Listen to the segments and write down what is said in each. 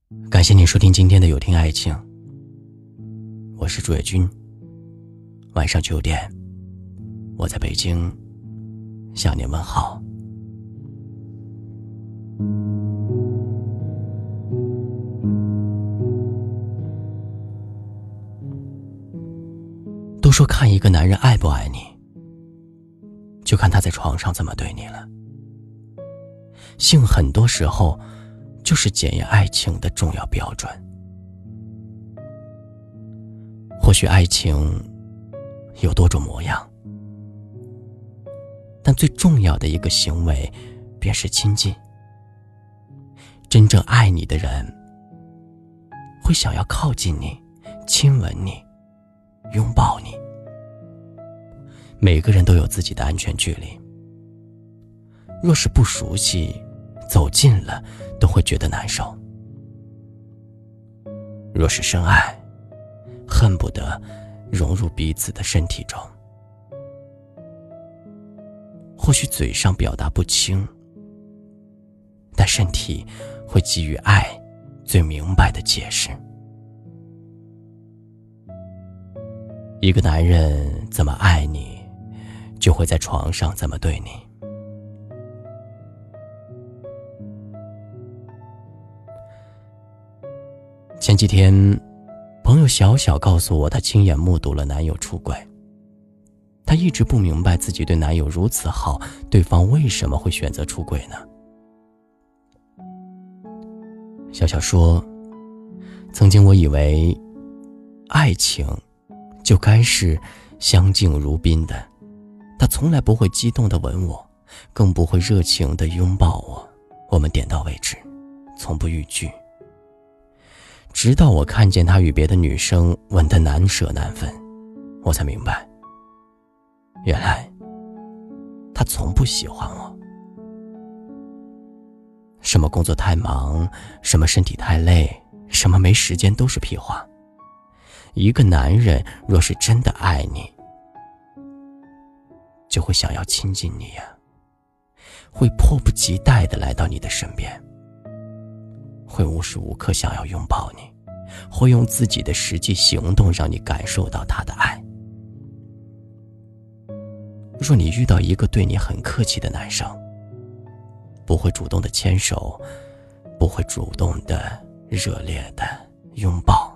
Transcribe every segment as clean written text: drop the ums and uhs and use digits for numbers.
感谢你收听今天的有听爱情，我是朱野军。晚上9点，我在北京向您问好。都说看一个男人爱不爱你，就看他在床上怎么对你了。性很多时候就是检验爱情的重要标准。或许爱情有多种模样，但最重要的一个行为便是亲近。真正爱你的人会想要靠近你，亲吻你，拥抱你。每个人都有自己的安全距离，若是不熟悉，走近了都会觉得难受。若是深爱，恨不得融入彼此的身体中。或许嘴上表达不清，但身体会给予爱最明白的解释。一个男人怎么爱你，就会在床上怎么对你。前几天，朋友小小告诉我，她亲眼目睹了男友出轨。她一直不明白自己对男友如此好，对方为什么会选择出轨呢？小小说，曾经我以为爱情就该是相敬如宾的，他从来不会激动地吻我，更不会热情地拥抱我，我们点到为止，从不逾矩。直到我看见他与别的女生吻得难舍难分，我才明白，原来他从不喜欢我。什么工作太忙，什么身体太累，什么没时间，都是屁话。一个男人若是真的爱你，就会想要亲近你呀，会迫不及待地来到你的身边，会无时无刻想要拥抱你，会用自己的实际行动让你感受到他的爱。若你遇到一个对你很客气的男生，不会主动的牵手，不会主动的热烈的拥抱，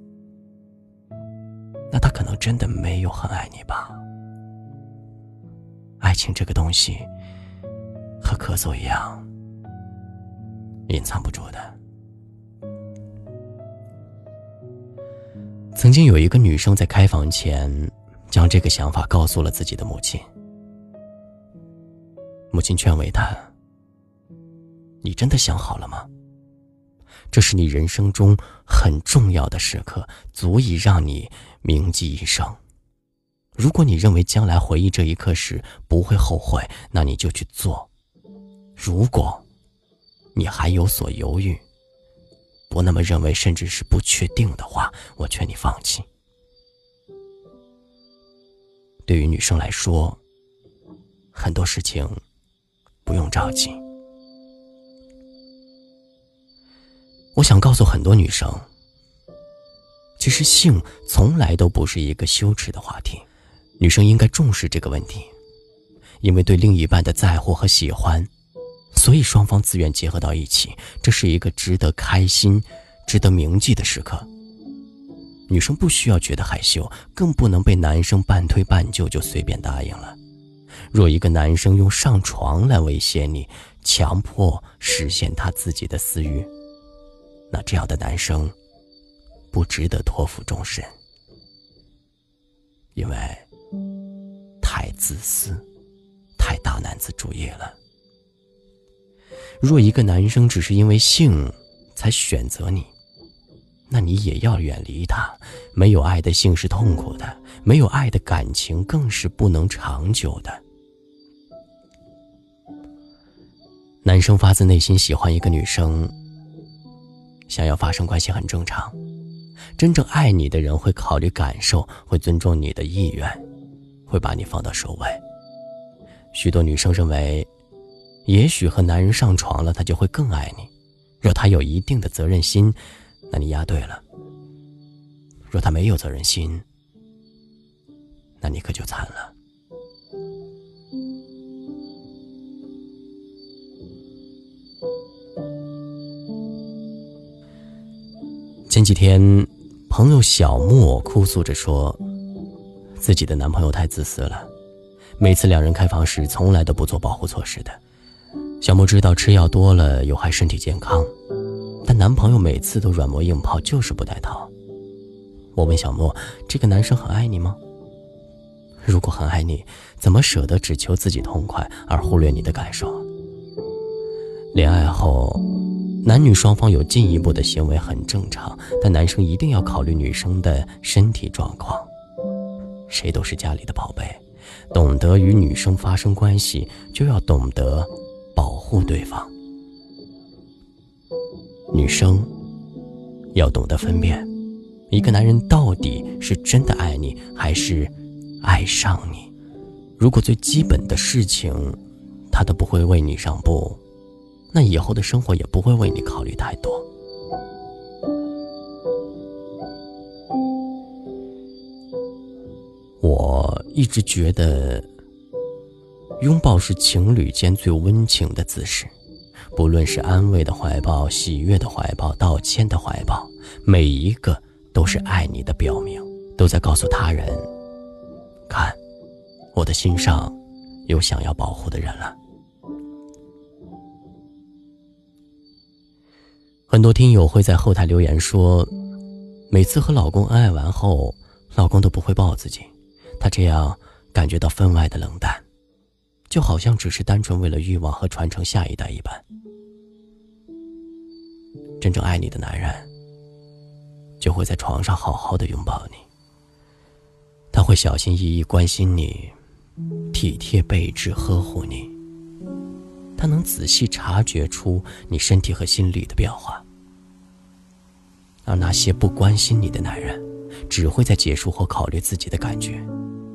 那他可能真的没有很爱你吧。爱情这个东西和咳嗽一样，隐藏不住的。曾经有一个女生在开房前将这个想法告诉了自己的母亲。母亲劝慰她，你真的想好了吗？这是你人生中很重要的时刻，足以让你铭记一生。如果你认为将来回忆这一刻时不会后悔，那你就去做。如果你还有所犹豫，不那么认为，甚至是不确定的话，我劝你放弃。对于女生来说，很多事情不用着急。我想告诉很多女生，其实性从来都不是一个羞耻的话题，女生应该重视这个问题。因为对另一半的在乎和喜欢，所以双方自愿结合到一起，这是一个值得开心、值得铭记的时刻。女生不需要觉得害羞，更不能被男生半推半就就随便答应了。若一个男生用上床来威胁你，强迫实现他自己的私欲，那这样的男生不值得托付终身，因为太自私，太大男子主义了。若一个男生只是因为性才选择你，那你也要远离他。没有爱的性是痛苦的，没有爱的感情更是不能长久的。男生发自内心喜欢一个女生，想要发生关系很正常。真正爱你的人会考虑感受，会尊重你的意愿，会把你放到首位。许多女生认为，也许和男人上床了，他就会更爱你， 若他有一定的责任心，那你押对了；若他没有责任心，那你可就惨了。前几天，朋友小莫哭诉着说，自己的男朋友太自私了，每次两人开房时从来都不做保护措施的。小莫知道吃药多了有害身体健康，但男朋友每次都软磨硬泡，就是不戴套。我问小莫，这个男生很爱你吗？如果很爱你，怎么舍得只求自己痛快而忽略你的感受？恋爱后，男女双方有进一步的行为很正常，但男生一定要考虑女生的身体状况。谁都是家里的宝贝，懂得与女生发生关系，就要懂得保护对方。女生要懂得分辨，一个男人到底是真的爱你，还是爱上你。如果最基本的事情他都不会为你让步，那以后的生活也不会为你考虑太多。我一直觉得拥抱是情侣间最温情的姿势，不论是安慰的怀抱、喜悦的怀抱、道歉的怀抱，每一个都是爱你的表明，都在告诉他人，看，我的心上有想要保护的人了。很多听友会在后台留言说，每次和老公恩爱完后，老公都不会抱自己，他这样感觉到分外的冷淡，就好像只是单纯为了欲望和传承下一代一般。真正爱你的男人就会在床上好好的拥抱你，他会小心翼翼关心你，体贴备至呵护你，他能仔细察觉出你身体和心理的变化。而那些不关心你的男人，只会在结束后考虑自己的感觉。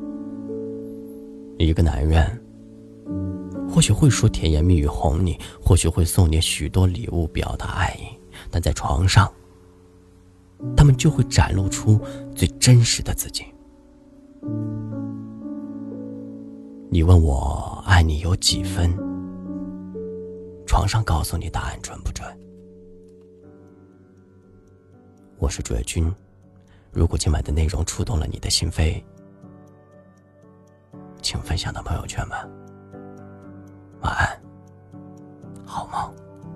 一个男人或许会说甜言蜜语哄你，或许会送你许多礼物表达爱意，但在床上他们就会展露出最真实的自己。你问我爱你有几分，床上告诉你答案准不准。我是主页君，如果今晚的内容触动了你的心扉，请分享到朋友圈吧。晚安，好梦。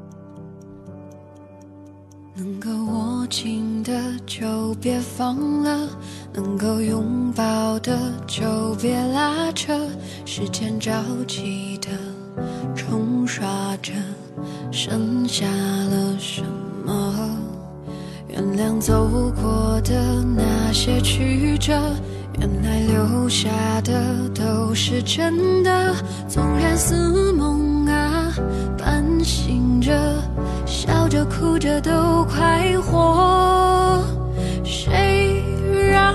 能够握紧的就别放了，能够拥抱的就别拉扯，时间着急的冲刷着，剩下了什么？原谅走过的那些曲折，原来留下的都是真的，纵然似梦啊，半醒着，笑着哭着都快活。谁让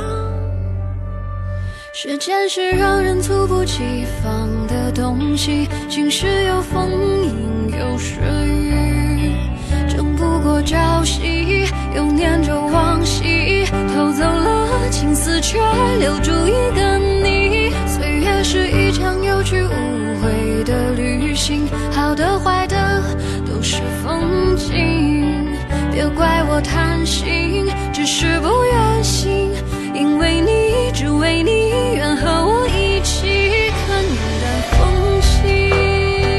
时间是让人猝不及防的东西，晴时有风，阴有时雨，争不过朝夕，又念着往昔，偷走了青丝，却留住一个你。岁月是一场有去无回的旅行，好的坏的都是风景，别怪我贪心，只是不愿醒，因为你，只为你，愿和我一起看云淡风轻。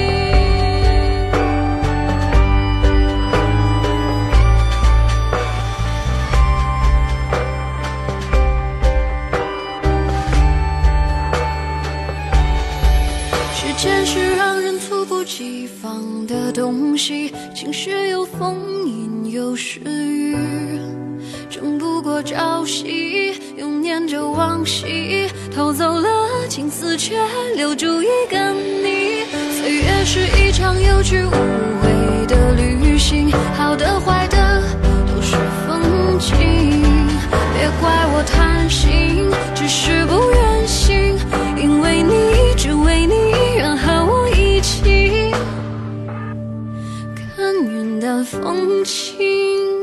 时间是让人猝不及防的东西，晴时有风，阴有时雨，争不过朝夕，又念着往昔，偷走了青丝，却留住一个你。岁月是一场有去无回的旅行，好的坏的都是风景，别怪我贪心，只是不愿醒，因为你，只为你，愿和我一起看云淡段风情。